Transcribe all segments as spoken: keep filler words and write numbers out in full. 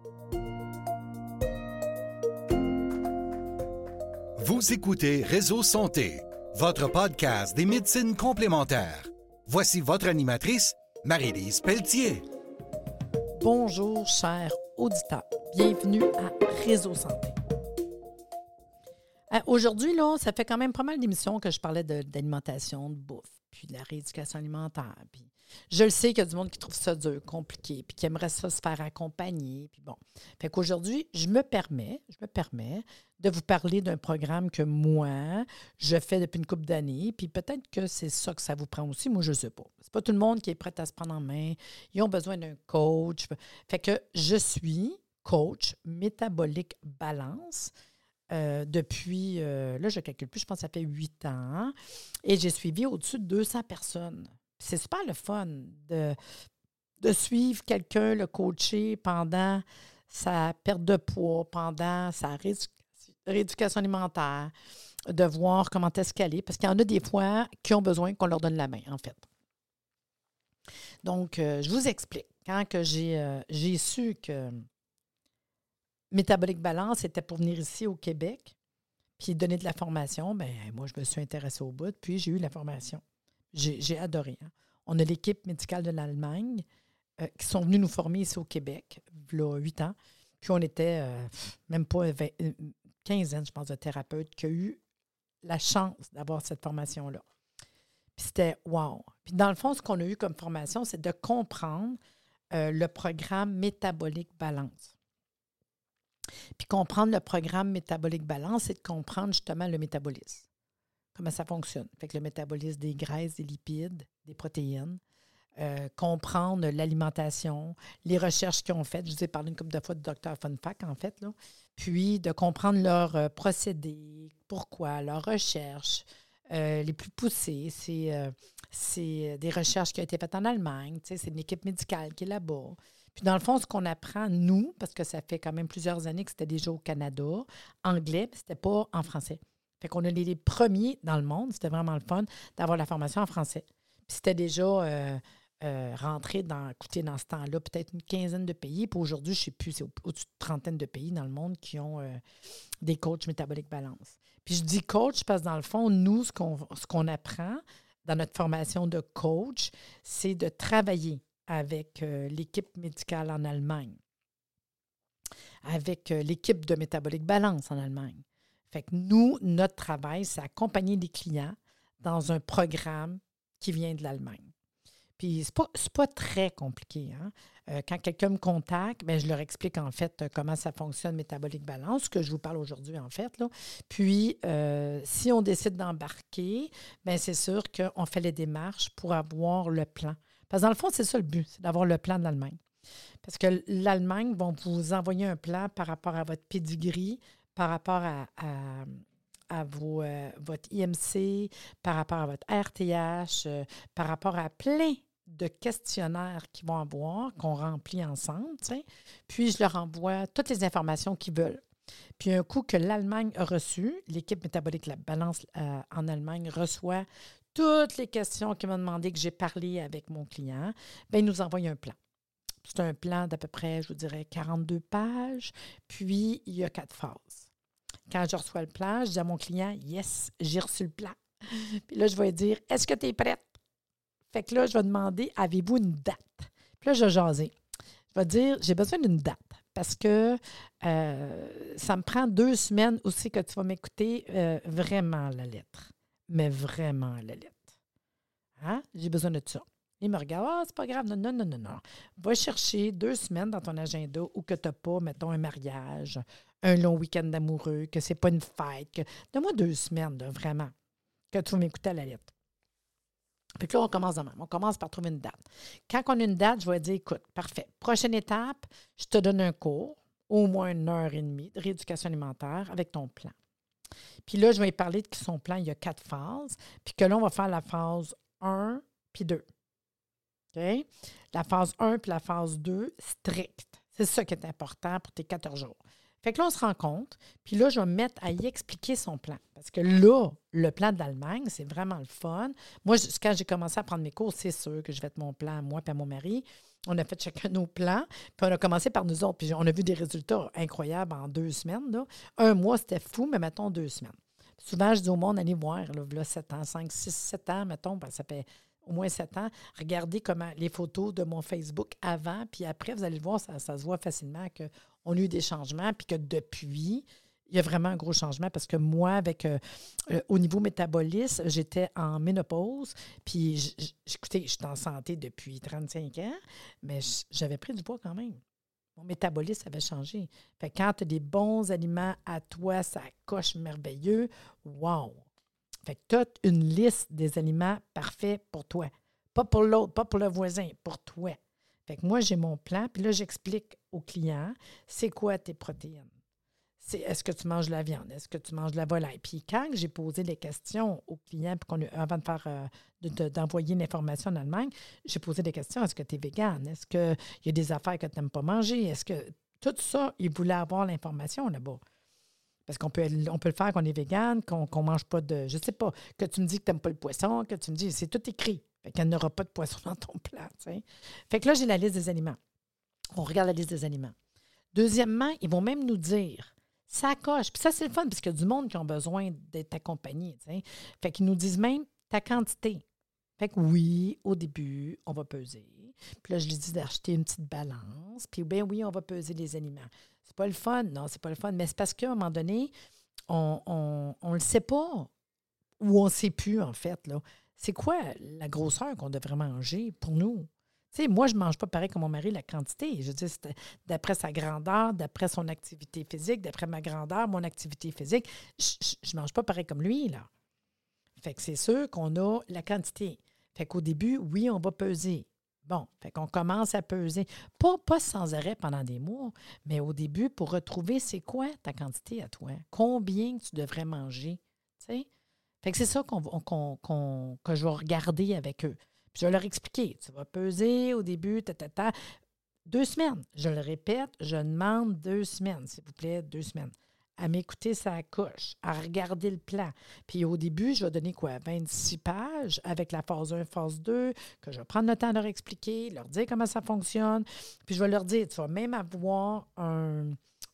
Vous écoutez Réseau Santé, votre podcast des médecines complémentaires. Voici votre animatrice, Marie-Lise Pelletier. Bonjour, chers auditeurs. Bienvenue à Réseau Santé. Euh, aujourd'hui, là, ça fait quand même pas mal d'émissions que je parlais de, d'alimentation, de bouffe, puis de la rééducation alimentaire. Puis je le sais qu'il y a du monde qui trouve ça dur, compliqué, puis qui aimerait ça se faire accompagner. Puis bon. Fait qu'aujourd'hui, je me permets, je me permets de vous parler d'un programme que moi, je fais depuis une couple d'années. Puis peut-être que c'est ça que ça vous prend aussi. Moi, je ne sais pas. C'est pas tout le monde qui est prêt à se prendre en main. Ils ont besoin d'un coach. Fait que je suis coach métabolique balance. Euh, depuis, euh, là, je ne calcule plus, je pense que ça fait huit ans. Et j'ai suivi au-dessus de deux cents personnes. C'est super le fun de, de suivre quelqu'un, le coacher pendant sa perte de poids, pendant sa ré- rééducation alimentaire, de voir comment est-ce qu'elle est. Parce qu'il y en a des fois qui ont besoin qu'on leur donne la main, en fait. Donc, euh, je vous explique. Quand que j'ai, euh, j'ai su que Métabolique Balance était pour venir ici au Québec, puis donner de la formation, bien, moi, je me suis intéressée au bout, puis j'ai eu la formation. J'ai, j'ai adoré. Hein? On a l'équipe médicale de l'Allemagne euh, qui sont venus nous former ici au Québec, il y a huit ans. Puis on était euh, même pas vingt, quinzaine, je pense, de thérapeutes qui ont eu la chance d'avoir cette formation-là. Puis c'était wow. Puis dans le fond, ce qu'on a eu comme formation, c'est de comprendre euh, le programme Métabolique Balance. Puis comprendre le programme Métabolique Balance, c'est de comprendre justement le métabolisme. Comment ça fonctionne. Fait que le métabolisme des graisses, des lipides, des protéines. Euh, comprendre l'alimentation, les recherches qu'ils ont faites. Je vous ai parlé une couple de fois de docteur Funfac, en fait. Là. Puis de comprendre leurs euh, procédés, pourquoi, leurs recherches euh, les plus poussées. C'est, euh, c'est des recherches qui ont été faites en Allemagne. C'est une équipe médicale qui est là-bas. Puis dans le fond, ce qu'on apprend, nous, parce que ça fait quand même plusieurs années que c'était déjà au Canada, anglais, puis c'était pas en français. Fait qu'on est les premiers dans le monde, c'était vraiment le fun d'avoir la formation en français. Puis c'était déjà euh, euh, rentré dans, écoutez, dans ce temps-là, peut-être une quinzaine de pays. Puis aujourd'hui, je ne sais plus, c'est au- au-dessus de trentaine de pays dans le monde qui ont euh, des coachs métaboliques balance. Puis je dis coach parce que dans le fond, nous, ce qu'on, ce qu'on apprend dans notre formation de coach, c'est de travailler avec euh, l'équipe médicale en Allemagne, avec euh, l'équipe de Métabolique Balance en Allemagne. Fait que nous, notre travail, c'est accompagner les clients dans un programme qui vient de l'Allemagne. Puis, c'est pas, c'est pas très compliqué. Hein? Euh, quand quelqu'un me contacte, bien, je leur explique en fait euh, comment ça fonctionne Métabolique Balance, ce que je vous parle aujourd'hui en fait. Là. Puis, euh, si on décide d'embarquer, bien, c'est sûr qu'on fait les démarches pour avoir le plan. Parce que dans le fond, c'est ça le but, c'est d'avoir le plan de l'Allemagne. Parce que l'Allemagne va vous envoyer un plan par rapport à votre pedigree, par rapport à, à, à vos, euh, votre I M C, par rapport à votre R T H, euh, par rapport à plein de questionnaires qu'ils vont avoir, qu'on remplit ensemble. T'sais. Puis, je leur envoie toutes les informations qu'ils veulent. Puis, un coup que l'Allemagne a reçu, l'équipe Métabolique La Balance euh, en Allemagne reçoit toutes les questions qu'ils m'ont demandé que j'ai parlé avec mon client, bien, ils nous envoient un plan. C'est un plan d'à peu près, je vous dirais, quarante-deux pages, puis il y a quatre phases. Quand je reçois le plan, je dis à mon client, « Yes, j'ai reçu le plan. » Puis là, je vais dire, « Est-ce que tu es prête? » Fait que là, je vais demander, « Avez-vous une date? » Puis là, je vais jaser. Je vais dire, « J'ai besoin d'une date parce que euh, ça me prend deux semaines aussi que tu vas m'écouter euh, vraiment la lettre. Mais vraiment la lettre. Hein? J'ai besoin de ça. » Il me regarde, « Ah, c'est pas grave. Non, non, non, non, non. Va chercher deux semaines dans ton agenda où que tu n'as pas, mettons, un mariage, un long week-end d'amoureux, que c'est pas une fête. Que... Donne-moi deux semaines, là, vraiment, que tu vas m'écouter à la lettre. » Puis là, on commence de même. On commence par trouver une date. Quand on a une date, je vais dire, écoute, parfait. Prochaine étape, je te donne un cours, au moins une heure et demie de rééducation alimentaire avec ton plan. Puis là, je vais lui parler de son plan, il y a quatre phases, puis que là, on va faire la phase un puis deux. OK? La phase un puis la phase deux, stricte. C'est ça qui est important pour tes quatorze jours. Fait que là, on se rencontre, puis là, je vais me mettre à y expliquer son plan. Parce que là, le plan de l'Allemagne, c'est vraiment le fun. Moi, je, quand j'ai commencé à prendre mes cours, c'est sûr que je vais être mon plan, moi et à mon mari. On a fait chacun nos plans, puis on a commencé par nous autres. Puis on a vu des résultats incroyables en deux semaines. Là. Un mois, c'était fou, mais mettons deux semaines. Souvent, je dis au monde, allez voir, là, là sept ans, cinq, six, sept ans, mettons, ben, ça fait au moins sept ans. Regardez comment les photos de mon Facebook avant, puis après, vous allez le voir, ça, ça se voit facilement qu'on a eu des changements, puis que depuis, il y a vraiment un gros changement parce que moi, avec euh, euh, au niveau métabolisme, j'étais en ménopause, puis écoutez, je suis en santé depuis trente-cinq ans, mais j'avais pris du poids quand même. Mon métabolisme avait changé. Fait que quand tu as des bons aliments à toi, ça coche merveilleux. Wow! Fait que tu as une liste des aliments parfaits pour toi. Pas pour l'autre, pas pour le voisin, pour toi. Fait que moi, j'ai mon plan, puis là, j'explique au client, c'est quoi tes protéines? C'est, est-ce que tu manges de la viande? Est-ce que tu manges de la volaille? Puis quand j'ai posé les questions aux clients, puis qu'on a, avant de faire euh, de, de, d'envoyer l'information en Allemagne, j'ai posé des questions. Est-ce que tu es végane? Est-ce qu'il y a des affaires que tu n'aimes pas manger? Est-ce que tout ça, ils voulaient avoir l'information là-bas. Parce qu'on peut, on peut le faire qu'on est végane, qu'on ne mange pas de... Je ne sais pas, que tu me dis que tu n'aimes pas le poisson, que tu me dis... C'est tout écrit. Fait qu'il n'y aura pas de poisson dans ton plat, tu sais. Fait que là, j'ai la liste des aliments. On regarde la liste des aliments. Deuxièmement, ils vont même nous dire... Ça coche. Puis ça, c'est le fun, parce qu'il y a du monde qui ont besoin d'être accompagné. Tu sais. Fait qu'ils nous disent même ta quantité. Fait que oui, au début, on va peser. Puis là, je lui dis d'acheter une petite balance. Puis bien oui, on va peser les aliments. C'est pas le fun. Non, c'est pas le fun. Mais c'est parce qu'à un moment donné, on ne le sait pas. Ou on ne sait plus, en fait. Là. C'est quoi la grosseur qu'on devrait manger pour nous? Tu sais, moi, je ne mange pas pareil que mon mari, la quantité. Je veux dire, c'est d'après sa grandeur, d'après son activité physique, d'après ma grandeur, mon activité physique, je ne mange pas pareil comme lui, là. Fait que c'est sûr qu'on a la quantité. Fait qu'au début, oui, on va peser. Bon, fait qu'on commence à peser. Pas, pas sans arrêt pendant des mois, mais au début, pour retrouver c'est quoi ta quantité à toi. Combien tu devrais manger, tu sais. Fait que c'est ça qu'on, qu'on, qu'on, que je vais regarder avec eux. Puis je vais leur expliquer. Tu vas peser au début, ta, ta, ta. Deux semaines. Je le répète, je demande deux semaines, s'il vous plaît, deux semaines. À m'écouter sa couche, à regarder le plan. Puis au début, je vais donner quoi? vingt-six pages avec la phase un, phase deux, que je vais prendre le temps de leur expliquer, leur dire comment ça fonctionne. Puis je vais leur dire, tu vas même avoir un,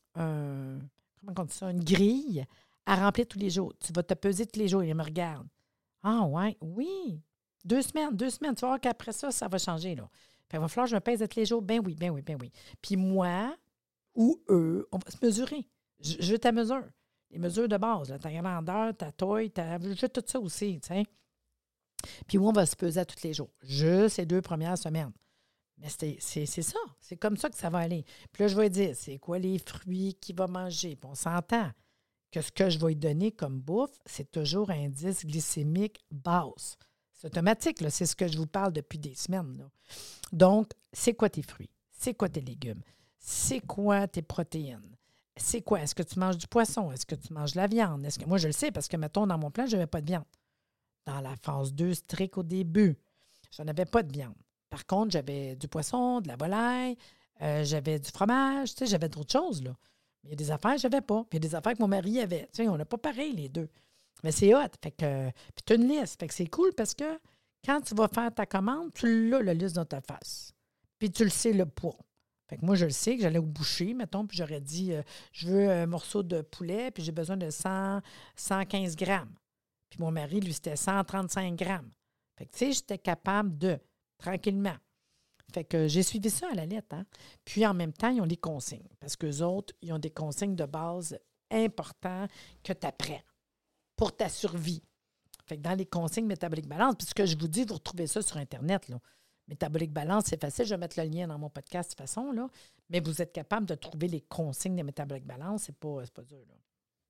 un comment on dit ça, une grille à remplir tous les jours. Tu vas te peser tous les jours. Ils me regardent. Ah ouais, oui. Deux semaines, deux semaines. Tu vas voir qu'après ça, ça va changer, là. Fait, il va falloir que je me pèse tous les jours. Ben oui, ben oui, ben oui. Puis moi ou eux, on va se mesurer. Je, je ta mesure. Les mesures de base, là, ta grandeur, ta taille, ta, juste tout ça aussi, tu sais. Puis moi, on va se peser à tous les jours. Juste les deux premières semaines. Mais c'est, c'est, c'est ça. C'est comme ça que ça va aller. Puis là, je vais dire, c'est quoi les fruits qu'il va manger. Puis on s'entend que ce que je vais lui donner comme bouffe, c'est toujours un indice glycémique basse. C'est automatique, là. C'est ce que je vous parle depuis des semaines, là. Donc, c'est quoi tes fruits? C'est quoi tes légumes? C'est quoi tes protéines? C'est quoi? Est-ce que tu manges du poisson? Est-ce que tu manges de la viande? Est-ce que moi, je le sais parce que, mettons, dans mon plan, je n'avais pas de viande. Dans la phase deux, strict au début, je n'avais pas de viande. Par contre, j'avais du poisson, de la volaille, euh, j'avais du fromage, tu sais, j'avais d'autres choses, là. Mais il y a des affaires que je n'avais pas. Puis il y a des affaires que mon mari avait. Tu sais, on n'a pas pareil, les deux. Mais c'est hot. Fait que, puis tu as une liste. Fait que c'est cool parce que quand tu vas faire ta commande, tu l'as, la liste dans ta face. Puis tu le sais, le poids. Fait que moi, je le sais que j'allais au boucher, mettons, puis j'aurais dit, euh, je veux un morceau de poulet, puis j'ai besoin de cent, cent quinze grammes. Puis mon mari, lui, c'était cent trente-cinq grammes. Fait que, tu sais, j'étais capable de, tranquillement. Fait que j'ai suivi ça à la lettre, hein. Puis en même temps, ils ont des consignes. Parce qu'eux autres, ils ont des consignes de base importantes que tu apprends pour ta survie. Fait que dans les consignes Métabolique Balance, puis ce que je vous dis, vous retrouvez ça sur Internet, là. Métabolique Balance, c'est facile. Je vais mettre le lien dans mon podcast de toute façon, là. Mais vous êtes capable de trouver les consignes de Métabolique Balance. C'est pas, c'est pas dur, là.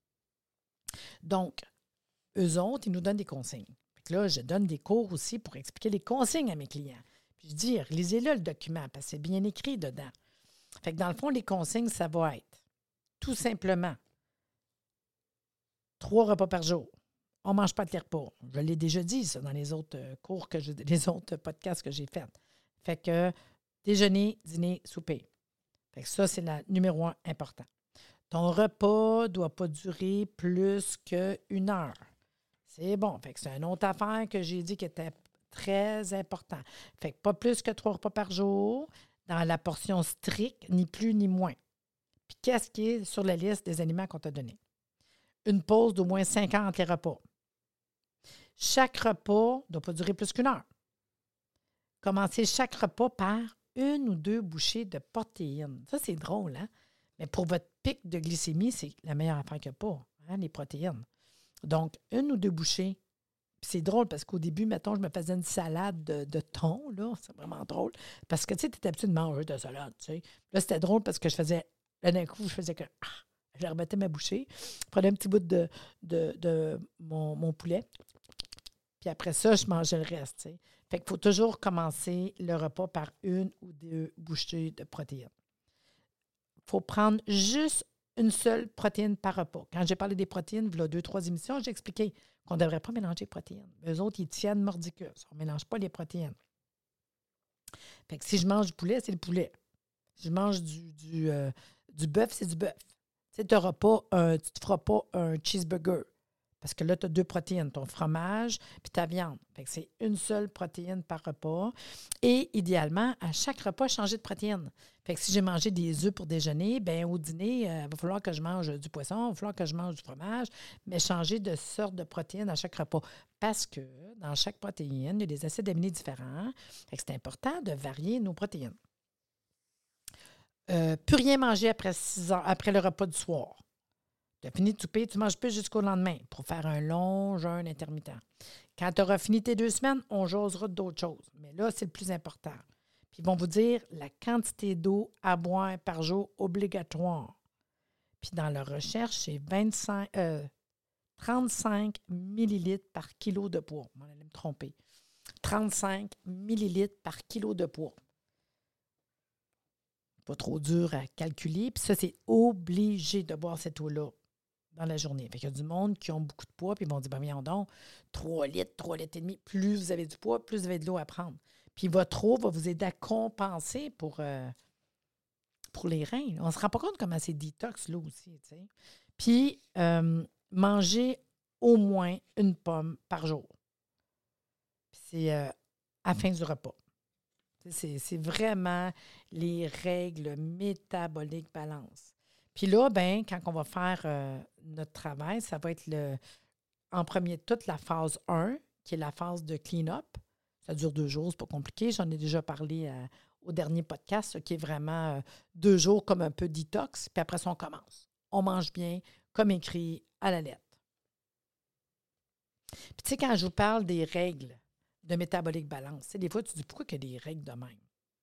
Donc, eux autres, ils nous donnent des consignes. Fait que là, je donne des cours aussi pour expliquer les consignes à mes clients. Puis je dis, lisez-le le document, parce que c'est bien écrit dedans. Fait que dans le fond, les consignes, ça va être tout simplement trois repas par jour. On ne mange pas de les repas. Je l'ai déjà dit, ça, dans les autres cours, que je, les autres podcasts que j'ai faits. Fait que déjeuner, dîner, souper. Fait que ça, c'est la numéro un important. Ton repas ne doit pas durer plus qu'une heure. C'est bon. Fait que c'est une autre affaire que j'ai dit qui était très important. Fait que pas plus que trois repas par jour dans la portion stricte, ni plus ni moins. Puis qu'est-ce qui est sur la liste des aliments qu'on t'a donné? Une pause d'au moins cinq heures entre les repas. Chaque repas ne doit pas durer plus qu'une heure. Commencez chaque repas par une ou deux bouchées de protéines. Ça, c'est drôle, hein? Mais pour votre pic de glycémie, c'est la meilleure affaire qu'il n'y a pas, hein, les protéines. Donc, une ou deux bouchées. Puis c'est drôle parce qu'au début, mettons, je me faisais une salade de, de thon, là. C'est vraiment drôle. Parce que, tu sais, tu es habitué de manger de la salade, tu sais. Là, c'était drôle parce que je faisais, là, d'un coup, je faisais que, ah, je remettais ma bouchée, je prenais un petit bout de, de, de mon, mon poulet. Puis après ça, je mangeais le reste, tu sais. Fait qu'il faut toujours commencer le repas par une ou deux bouchées de protéines. Il faut prendre juste une seule protéine par repas. Quand j'ai parlé des protéines, il y a deux, trois émissions, j'ai expliqué qu'on ne devrait pas mélanger les protéines. Eux autres, ils tiennent mordicus. On ne mélange pas les protéines. Fait que si je mange du poulet, c'est le poulet. Si je mange du, du, euh, du bœuf, c'est du bœuf. Tu sais, tu ne te feras pas un cheeseburger. Parce que là, tu as deux protéines, ton fromage puis ta viande. Fait que c'est une seule protéine par repas. Et idéalement, à chaque repas, changer de protéine. Fait que si j'ai mangé des œufs pour déjeuner, bien au dîner, il euh, va falloir que je mange du poisson, il va falloir que je mange du fromage, mais changer de sorte de protéines à chaque repas. Parce que dans chaque protéine, il y a des acides aminés différents. Fait que c'est important de varier nos protéines. Euh, plus rien manger après six heures, après le repas du soir. Tu as fini de souper, tu ne manges plus jusqu'au lendemain pour faire un long jeûne intermittent. Quand tu auras fini tes deux semaines, on jasera d'autres choses. Mais là, c'est le plus important. Puis ils vont vous dire la quantité d'eau à boire par jour obligatoire. Puis dans leur recherche, c'est vingt-cinq, euh, trente-cinq millilitres par kilo de poids. On allait me tromper. trente-cinq millilitres par kilo de poids. Pas trop dur à calculer. Puis ça, c'est obligé de boire cette eau-là dans la journée. Fait qu'il y a du monde qui ont beaucoup de poids, puis ils vont dire, ben voyons donc, trois litres, trois litres et demi, plus vous avez du poids, plus vous avez de l'eau à prendre. Puis votre eau va vous aider à compenser pour, euh, pour les reins. On ne se rend pas compte comment c'est détox, l'eau aussi, tu sais. Puis, euh, manger au moins une pomme par jour. Puis c'est euh, à la fin du repas. C'est, c'est vraiment les règles métaboliques balance. Puis là, ben, quand on va faire euh, notre travail, ça va être le, en premier toute la phase un, qui est la phase de clean-up. Ça dure deux jours, c'est pas compliqué. J'en ai déjà parlé euh, au dernier podcast, qui est vraiment euh, deux jours comme un peu détox. Puis après ça, on commence. On mange bien, comme écrit à la lettre. Puis tu sais, quand je vous parle des règles de métabolique balance, des fois, tu te dis pourquoi il y a des règles de même?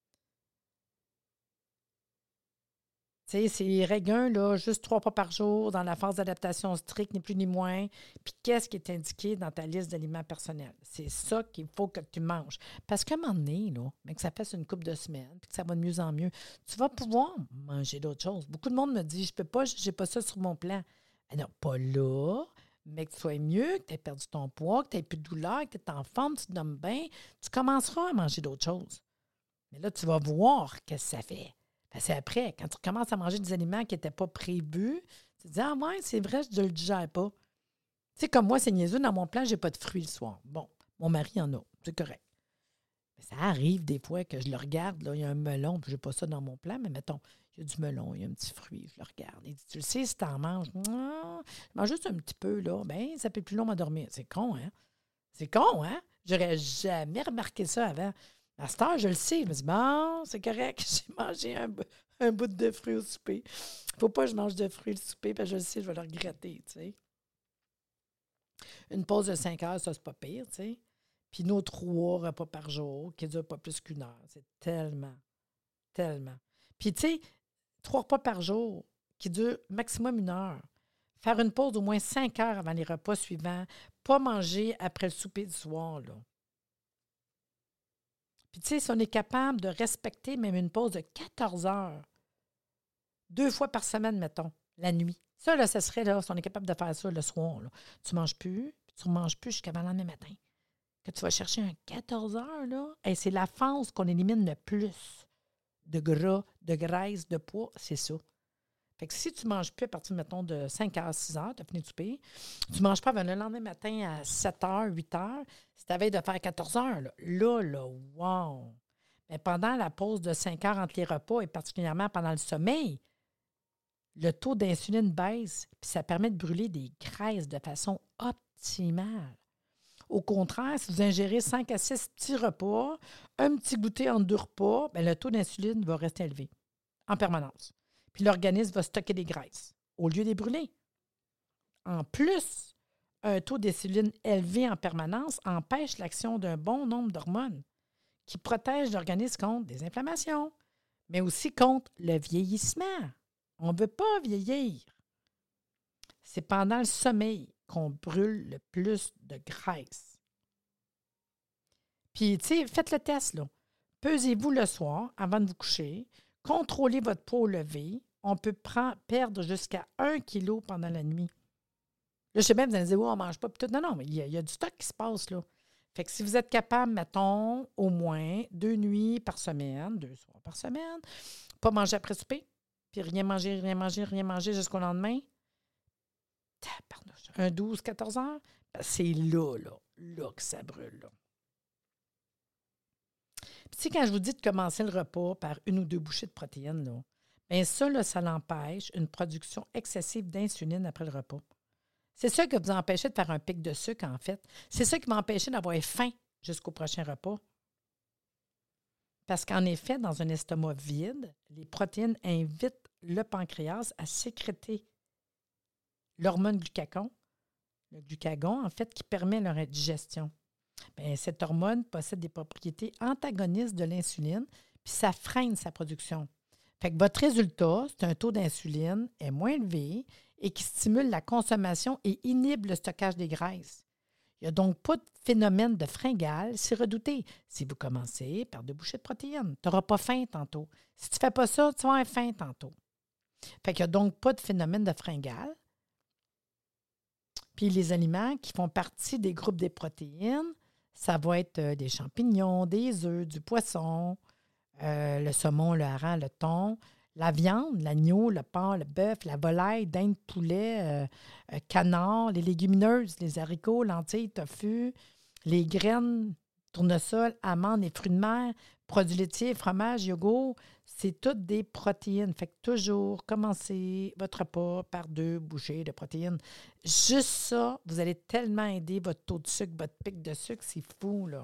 Tu sais, c'est les règles un, là, juste trois pas par jour, dans la phase d'adaptation stricte, ni plus ni moins. Puis qu'est-ce qui est indiqué dans ta liste d'aliments personnels? C'est ça qu'il faut que tu manges. Parce qu'à un moment donné, là, mais que ça fasse une couple de semaines, puis que ça va de mieux en mieux, tu vas pouvoir manger d'autres choses. Beaucoup de monde me dit, je peux pas, j'ai pas ça sur mon plan. Ah non, pas là, mais que tu sois mieux, que tu aies perdu ton poids, que tu n'aies plus de douleur, que tu es en forme, tu te donnes bien, tu commenceras à manger d'autres choses. Mais là, tu vas voir ce que ça fait. C'est après, quand tu commences à manger des aliments qui n'étaient pas prévus, tu te dis, ah ouais, c'est vrai, je ne le digère pas. Tu sais, comme moi, c'est niaiseux, dans mon plan, je n'ai pas de fruits le soir. Bon, mon mari en a, c'est correct. Mais ça arrive des fois que je le regarde, là, il y a un melon, puis je n'ai pas ça dans mon plan, mais mettons, il y a du melon, il y a un petit fruit, je le regarde. Il dit, tu le sais, si tu en manges, non, je mange juste un petit peu, là, bien, ça fait plus long à dormir. C'est con, hein? C'est con, hein? J'aurais jamais remarqué ça avant. À cette heure, je le sais. Je me dis, bon, c'est correct, j'ai mangé un, un bout de fruits au souper. Il ne faut pas que je mange de fruits au souper, parce que je le sais, je vais le regretter, tu sais. Une pause de cinq heures, ça, c'est pas pire, tu sais. Puis nos trois repas par jour, qui ne durent pas plus qu'une heure. C'est tellement, tellement. Puis, tu sais, trois repas par jour, qui durent maximum une heure. Faire une pause d'au moins cinq heures avant les repas suivants. Pas manger après le souper du soir, là. Puis, tu sais, si on est capable de respecter même une pause de quatorze heures, deux fois par semaine, mettons, la nuit. Ça, là, ça serait, là, si on est capable de faire ça le soir, là. Tu ne manges plus, puis tu ne manges plus jusqu'à le lendemain matin. Que tu vas chercher un quatorze heures, là, et c'est la phase qu'on élimine le plus de gras, de graisse, de poids, c'est ça. Fait que si tu ne manges plus à partir, mettons, de cinq heures, six heures, tu as fini de souper, tu ne manges pas avant le lendemain matin à sept heures, huit heures, c'est ta veille de faire quatorze heures. Là, là, là wow! Mais pendant la pause de cinq heures entre les repas et particulièrement pendant le sommeil, le taux d'insuline baisse, puis ça permet de brûler des graisses de façon optimale. Au contraire, si vous ingérez cinq à six petits repas, un petit goûter entre deux repas, bien, le taux d'insuline va rester élevé en permanence. Puis l'organisme va stocker des graisses au lieu de les brûler. En plus, un taux d'insuline élevé en permanence empêche l'action d'un bon nombre d'hormones qui protègent l'organisme contre des inflammations, mais aussi contre le vieillissement. On ne veut pas vieillir. C'est pendant le sommeil qu'on brûle le plus de graisse. Puis, tu sais, faites le test, là. Pesez-vous le soir avant de vous coucher. Contrôlez votre poids au lever. On peut prendre, perdre jusqu'à un kilo pendant la nuit. Là, je sais bien, vous allez dire, oh, on ne mange pas. Tout. Non, non, mais il y, a, il y a du stock qui se passe, là. Fait que si vous êtes capable, mettons, au moins deux nuits par semaine, deux soirs par semaine, pas manger après souper, puis rien manger, rien manger, rien manger jusqu'au lendemain, un douze quatorze heures, ben c'est là, là, là que ça brûle, là. Puis, tu sais, quand je vous dis de commencer le repas par une ou deux bouchées de protéines, là, bien ça, là, ça l'empêche une production excessive d'insuline après le repas. C'est ça qui va vous empêcher de faire un pic de sucre, en fait. C'est ça qui va empêcher d'avoir faim jusqu'au prochain repas. Parce qu'en effet, dans un estomac vide, les protéines invitent le pancréas à sécréter l'hormone glucagon, le glucagon, en fait, qui permet leur digestion. Bien, cette hormone possède des propriétés antagonistes de l'insuline, puis ça freine sa production. Fait que votre résultat, c'est un taux d'insuline est moins élevé et qui stimule la consommation et inhibe le stockage des graisses. Il n'y a donc pas de phénomène de fringale, c'est redouté. Si vous commencez par deux bouchées de protéines, tu n'auras pas faim tantôt. Si tu ne fais pas ça, tu vas avoir faim tantôt. Fait qu'il n'y a donc pas de phénomène de fringale. Puis les aliments qui font partie des groupes des protéines, ça va être euh, des champignons, des œufs, du poisson, euh, le saumon, le hareng, le thon, la viande, l'agneau, le porc, le bœuf, la volaille, dinde, poulet, euh, euh, canard, les légumineuses, les haricots, lentilles, tofu, les graines, tournesol, amandes, les fruits de mer, produits laitiers, fromage, yogourt, c'est toutes des protéines. Fait que toujours, commencez votre repas par deux bouchées de protéines. Juste ça, vous allez tellement aider votre taux de sucre, votre pic de sucre, c'est fou, là.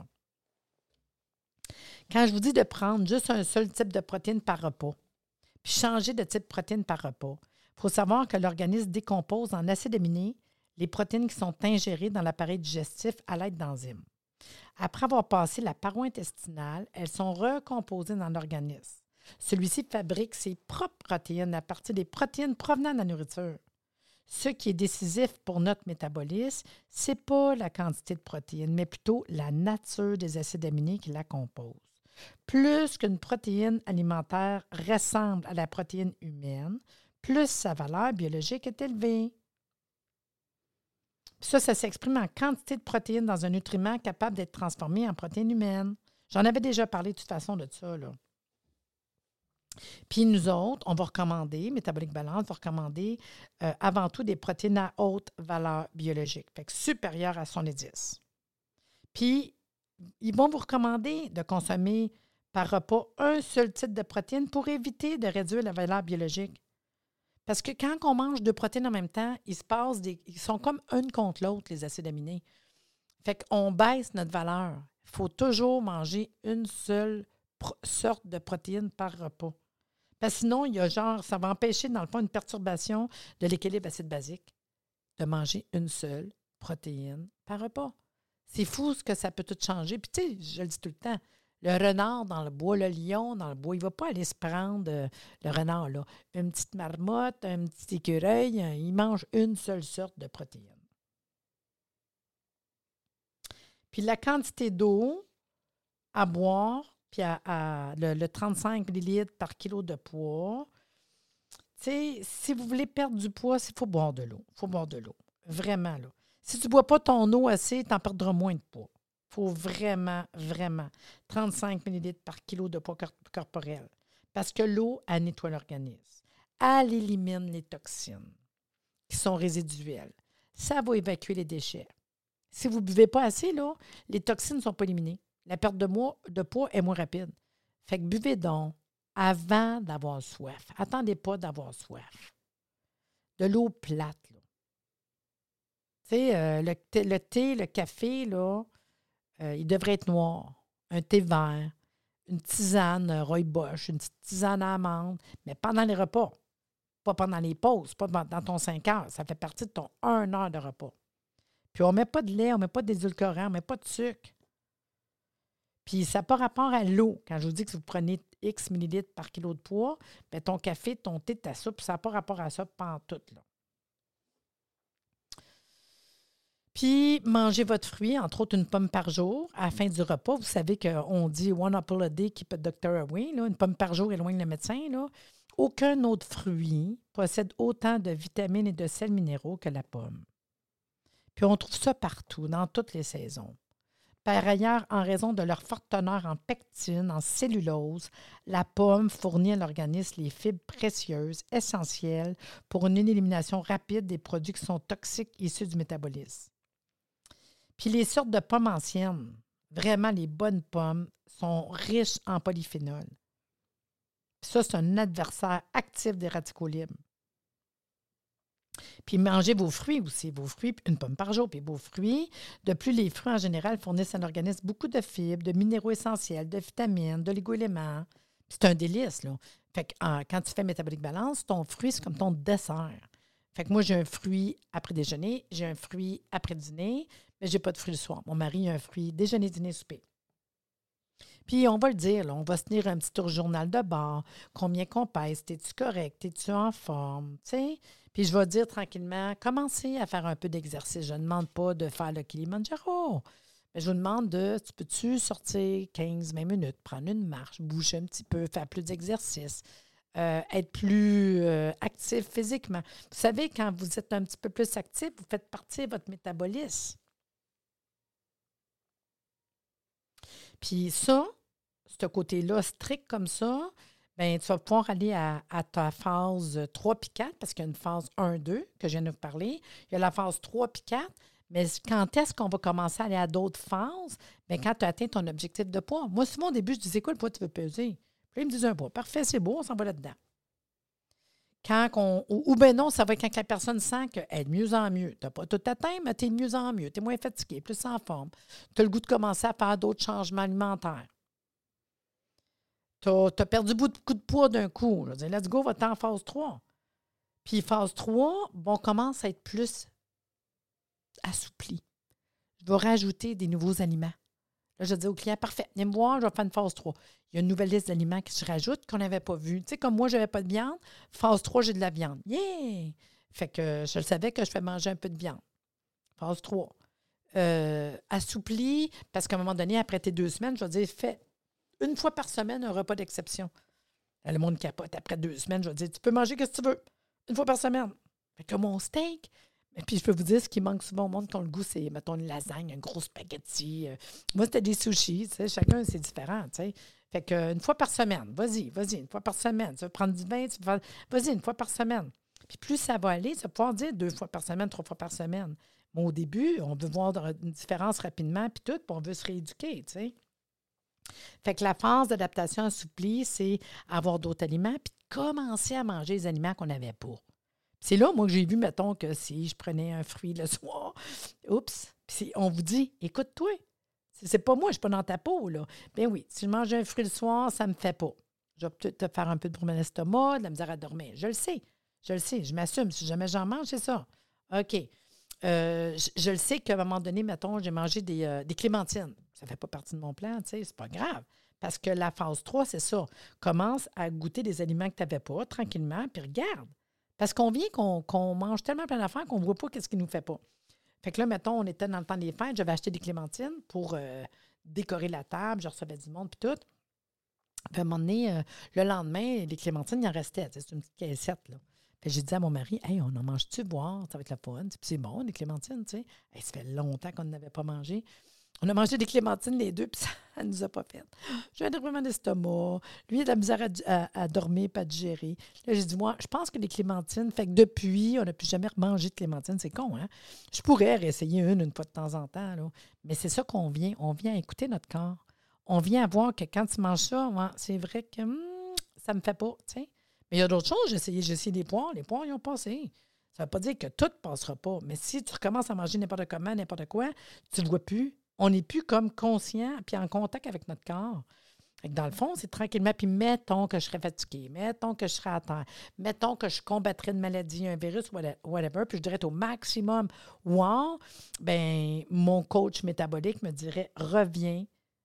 Quand je vous dis de prendre juste un seul type de protéines par repas, puis changer de type de protéines par repas, il faut savoir que l'organisme décompose en acides aminés les protéines qui sont ingérées dans l'appareil digestif à l'aide d'enzymes. Après avoir passé la paroi intestinale, elles sont recomposées dans l'organisme. Celui-ci fabrique ses propres protéines à partir des protéines provenant de la nourriture. Ce qui est décisif pour notre métabolisme, ce n'est pas la quantité de protéines, mais plutôt la nature des acides aminés qui la composent. Plus qu'une protéine alimentaire ressemble à la protéine humaine, plus sa valeur biologique est élevée. Ça, ça s'exprime en quantité de protéines dans un nutriment capable d'être transformé en protéines humaines. J'en avais déjà parlé de toute façon de ça, là. Puis nous autres, on va recommander, Métabolique Balance va recommander euh, avant tout des protéines à haute valeur biologique, fait que supérieures à soixante-dix. Puis, ils vont vous recommander de consommer par repas un seul type de protéines pour éviter de réduire la valeur biologique. Parce que quand on mange deux protéines en même temps, ils se passent des, ils sont comme une contre l'autre, les acides aminés. Fait qu'on baisse notre valeur. Il faut toujours manger une seule pro- sorte de protéine par repas. Parce que sinon, il y a genre, ça va empêcher, dans le fond, une perturbation de l'équilibre acide-basique de manger une seule protéine par repas. C'est fou ce que ça peut tout changer. Puis, tu sais, je le dis tout le temps, le renard dans le bois, le lion dans le bois, il ne va pas aller se prendre, euh, le renard, là, une petite marmotte, un petit écureuil, euh, il mange une seule sorte de protéines. Puis, la quantité d'eau à boire, puis à, à le, le trente-cinq millilitres par kilo de poids. Tu sais, si vous voulez perdre du poids, il faut boire de l'eau. Il faut boire de l'eau. Vraiment, là. Si tu ne bois pas ton eau assez, tu en perdras moins de poids. Il faut vraiment, vraiment trente-cinq millilitres par kilo de poids corporel. Parce que l'eau, elle nettoie l'organisme. elle élimine les toxines qui sont résiduelles. Ça va évacuer les déchets. Si vous ne buvez pas assez, là, les toxines ne sont pas éliminées. La perte de, moi, de poids est moins rapide. Fait que buvez donc avant d'avoir soif. Attendez pas d'avoir soif. De l'eau plate, là. Tu sais, euh, le, thé, le thé, le café, là, euh, il devrait être noir. Un thé vert, une tisane euh, rooibos, une petite tisane à amande, mais pendant les repas. Pas pendant les pauses, pas dans ton cinq heures. Ça fait partie de ton une heure de repas. Puis on ne met pas de lait, on ne met pas d'édulcorant, on ne met pas de sucre. Puis ça n'a pas rapport à l'eau. Quand je vous dis que vous prenez X millilitres par kilo de poids, bien ton café, ton thé, ta soupe, ça n'a pas rapport à ça pantoute, là. Puis, mangez votre fruit, entre autres une pomme par jour, à la fin du repas. Vous savez qu'on dit « one apple a day keep a doctor away ». Une pomme par jour éloigne le médecin. Là. Aucun autre fruit possède autant de vitamines et de sels minéraux que la pomme. Puis, on trouve ça partout, dans toutes les saisons. Par ailleurs, en raison de leur forte teneur en pectine, en cellulose, la pomme fournit à l'organisme les fibres précieuses, essentielles pour une élimination rapide des produits qui sont toxiques issus du métabolisme. Puis les sortes de pommes anciennes, vraiment les bonnes pommes, sont riches en polyphénol. Puis ça, c'est un adversaire actif des radicaux libres. Puis mangez vos fruits aussi, vos fruits, une pomme par jour, puis vos fruits. De plus, les fruits en général fournissent à l'organisme beaucoup de fibres, de minéraux essentiels, de vitamines, d'oligo-éléments. C'est un délice, là. Fait que euh, quand tu fais métabolique balance, ton fruit, c'est comme ton dessert. Fait que moi, j'ai un fruit après déjeuner, j'ai un fruit après dîner, mais je n'ai pas de fruit le soir. Mon mari a un fruit déjeuner, dîner, souper. Puis, on va le dire, là, on va se tenir un petit tour journal de bord, combien qu'on pèse, es-tu correct, es-tu en forme, tu sais? Puis, je vais dire tranquillement, commencez à faire un peu d'exercice. Je ne demande pas de faire le Kilimanjaro, mais je vous demande de, tu peux-tu sortir quinze vingt minutes, prendre une marche, bouger un petit peu, faire plus d'exercice, euh, être plus euh, actif physiquement. Vous savez, quand vous êtes un petit peu plus actif, vous faites partir votre métabolisme. Puis ça, ce côté-là, strict comme ça, bien, tu vas pouvoir aller à, à ta phase trois puis quatre, parce qu'il y a une phase un deux que je viens de vous parler. Il y a la phase trois puis quatre, mais quand est-ce qu'on va commencer à aller à d'autres phases? Bien, quand tu as atteint ton objectif de poids. Moi, souvent, au début, je disais, quoi le poids tu veux peser? Puis là, ils me disaient un poids. Parfait, c'est beau, on s'en va là-dedans. Quand on, ou, ou bien non, ça va être quand la personne sent qu'elle est de mieux en mieux. Tu n'as pas tout atteint, mais tu es de mieux en mieux. Tu es moins fatigué, plus en forme. Tu as le goût de commencer à faire d'autres changements alimentaires. Tu as, as perdu beaucoup de poids d'un coup. Je veux dire, let's go, va-t'en en phase trois. Puis phase trois, bon, on commence à être plus assoupli. Je vais rajouter des nouveaux aliments. Là, je dis au client, parfait, viens me voir, je vais faire une phase trois. Il y a une nouvelle liste d'aliments qui se rajoute qu'on n'avait pas vu. Tu sais, comme moi, je n'avais pas de viande, phase trois, j'ai de la viande. Yeah! Fait que je le savais que je fais manger un peu de viande. Phase trois. Euh, assoupli, parce qu'à un moment donné, après tes deux semaines, je vais dire, fais une fois par semaine un repas d'exception. Là, le monde capote. Après deux semaines, je vais dire, tu peux manger ce que tu veux, une fois par semaine. Fait que mon steak. Et puis, je peux vous dire, ce qui manque souvent au monde qui ont le goût, c'est, mettons, une lasagne, un gros spaghetti. Moi, c'était des sushis, tu sais. Chacun, c'est différent, tu sais. Fait qu'une fois par semaine, vas-y, vas-y, une fois par semaine. Tu veux prendre du vin, tu vas, vas-y, une fois par semaine. Puis plus ça va aller, tu vas pouvoir dire deux fois par semaine, trois fois par semaine. Mais au début, on veut voir une différence rapidement, puis tout, puis on veut se rééduquer, tu sais. Fait que la phase d'adaptation assouplie, c'est avoir d'autres aliments, puis commencer à manger les aliments qu'on n'avait pas. C'est là, moi, que j'ai vu, mettons, que si je prenais un fruit le soir, oups, puis on vous dit, écoute-toi, c'est pas moi, je suis pas dans ta peau, là. Bien oui, si je mange un fruit le soir, ça me fait pas. Je vais peut-être te faire un peu de problème d'estomac, de la misère à dormir. Je le sais, je le sais, je m'assume. Si jamais j'en mange, c'est ça. OK. Euh, je, je le sais qu'à un moment donné, mettons, j'ai mangé des, euh, des clémentines. Ça ne fait pas partie de mon plan, tu sais, c'est pas grave. Parce que la phase trois, c'est ça. Commence à goûter des aliments que tu n'avais pas, tranquillement, puis regarde. Parce qu'on vient qu'on, qu'on mange tellement plein d'affaires qu'on ne voit pas ce qui ne nous fait pas. Fait que là, mettons, on était dans le temps des fêtes, j'avais acheté des clémentines pour euh, décorer la table, je recevais du monde, puis tout. Puis à un moment donné, euh, le lendemain, les clémentines, il en restait. C'est une petite caissette, là. Fait que j'ai dit à mon mari, « Hey, on en mange-tu, voir? Ça va être la fun. » Puis c'est bon, les clémentines, tu sais. Hey, ça fait longtemps qu'on n'avait pas mangé. On a mangé des clémentines les deux, puis ça ne nous a pas fait. J'ai un dérèglement d'estomac. Lui, il a de la misère à, à, à dormir, pas à digérer. Là, j'ai dit, moi, je pense que les clémentines, fait que depuis, on n'a plus jamais remangé de clémentines. C'est con, hein? Je pourrais réessayer une une fois de temps en temps, là. Mais c'est ça qu'on vient. On vient écouter notre corps. On vient voir que quand tu manges ça, ouais, c'est vrai que hum, ça ne me fait pas, tu sais. Mais il y a d'autres choses. J'ai essayé, j'ai essayé des poires. Les poires, ils ont passé. Ça ne veut pas dire que tout ne passera pas. Mais si tu recommences à manger n'importe comment, n'importe quoi, tu ne le vois plus. On n'est plus comme conscient puis en contact avec notre corps. Fait que dans le fond, c'est tranquillement. Puis mettons que je serais fatiguée, mettons que je serais à terre, mettons que je combattrais une maladie, un virus, whatever, puis je dirais au maximum, wow, bien, mon coach métabolique me dirait, reviens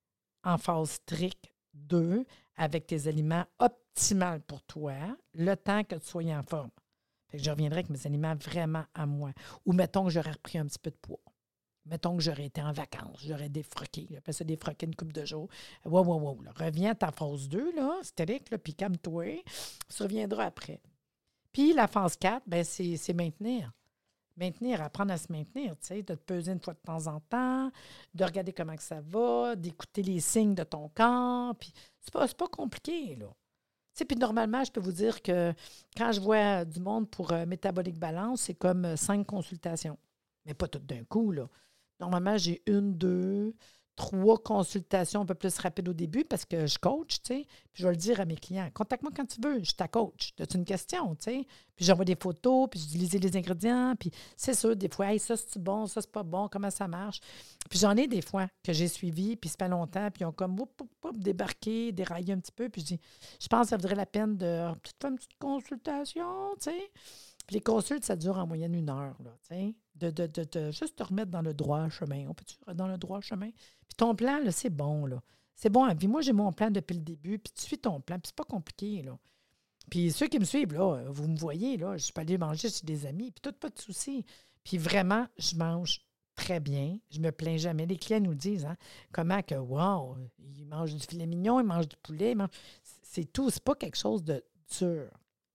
en phase stricte deux avec tes aliments optimaux pour toi, le temps que tu sois en forme. Fait que je reviendrai avec mes aliments vraiment à moi. Ou mettons que j'aurais repris un petit peu de poids. Mettons que j'aurais été en vacances, j'aurais défroqué. J'appelle ça défroquer une couple de jours. Wow, wow, wow. Là, reviens à ta phase deux, là, stérique, là, puis calme-toi. Tu reviendras après. Puis la phase quatre, bien, c'est, c'est maintenir. Maintenir, apprendre à se maintenir, tu sais, de te peser une fois de temps en temps, de regarder comment que ça va, d'écouter les signes de ton corps. Puis c'est pas, c'est pas compliqué, là. Tu sais, puis normalement, je peux vous dire que quand je vois du monde pour euh, Métabolique Balance, c'est comme euh, cinq consultations. Mais pas tout d'un coup, là. Normalement, j'ai une, deux, trois consultations un peu plus rapides au début parce que je coach, tu sais. Puis je vais le dire à mes clients, contacte-moi quand tu veux, je suis ta coach. As-tu une question, tu sais? Puis j'envoie des photos, puis je lis les ingrédients, puis c'est sûr, des fois, hey, ça, c'est bon, ça, c'est pas bon, comment ça marche? Puis j'en ai des fois que j'ai suivi, puis c'est pas longtemps, puis ils ont comme, oup, oup, oup, débarqué, déraillé un petit peu, puis je dis, je pense que ça vaudrait la peine de faire une petite consultation, tu sais. Puis les consultes, ça dure en moyenne une heure, là, tu sais, de, de, de, de juste te remettre dans le droit chemin. On peut-tu dans le droit chemin? Puis ton plan, là, c'est bon, là. C'est bon à vie. Moi, j'ai mon plan depuis le début, puis tu suis ton plan, puis c'est pas compliqué, là. Puis ceux qui me suivent, là, vous me voyez, là, je peux aller manger chez des amis, puis tout, pas de souci. Puis vraiment, je mange très bien. Je me plains jamais. Les clients nous le disent, hein, comment que, wow, ils mangent du filet mignon, ils mangent du poulet, ils mangent... C'est tout. C'est pas quelque chose de dur.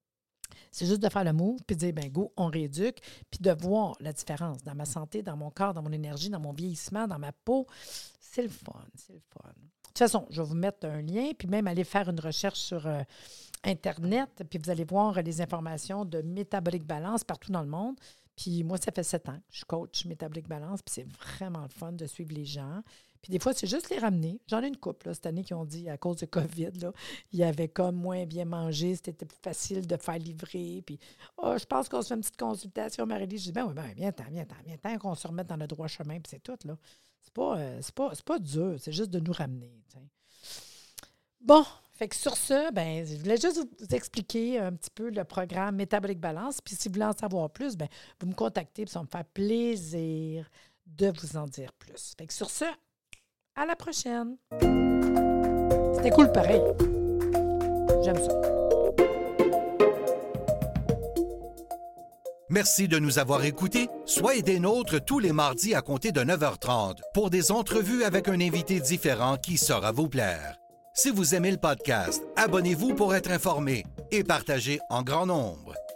C'est juste de faire le move, puis de dire, ben go, on rééduque, puis de voir la différence dans ma santé, dans mon corps, dans mon énergie, dans mon vieillissement, dans ma peau. C'est le fun, c'est le fun. De toute façon, je vais vous mettre un lien, puis même aller faire une recherche sur euh, Internet, puis vous allez voir les informations de Métabolique Balance partout dans le monde. Puis moi, ça fait sept ans que je coach Métabolique Balance, puis c'est vraiment le fun de suivre les gens. Puis des fois, c'est juste les ramener. J'en ai une couple là, cette année qui ont dit, à cause de COVID, là, il y avait comme moins bien mangé, c'était plus facile de faire livrer. Puis, oh, je pense qu'on se fait une petite consultation, Marie-Lise. Je dis, ben oui, ben viens-t'en, viens-t'en, viens-t'en, qu'on se remette dans le droit chemin, puis c'est tout, là. C'est pas, euh, c'est pas, c'est pas dur, c'est juste de nous ramener, t'sais. Bon, fait que sur ce, ben, je voulais juste vous expliquer un petit peu le programme Métabolique Balance. Puis si vous voulez en savoir plus, ben, vous me contactez, puis ça va me faire plaisir de vous en dire plus. Fait que sur ce, à la prochaine. C'était cool pareil. J'aime ça. Merci de nous avoir écoutés. Soyez des nôtres tous les mardis à compter de neuf heures trente pour des entrevues avec un invité différent qui saura vous plaire. Si vous aimez le podcast, abonnez-vous pour être informé et partagez en grand nombre.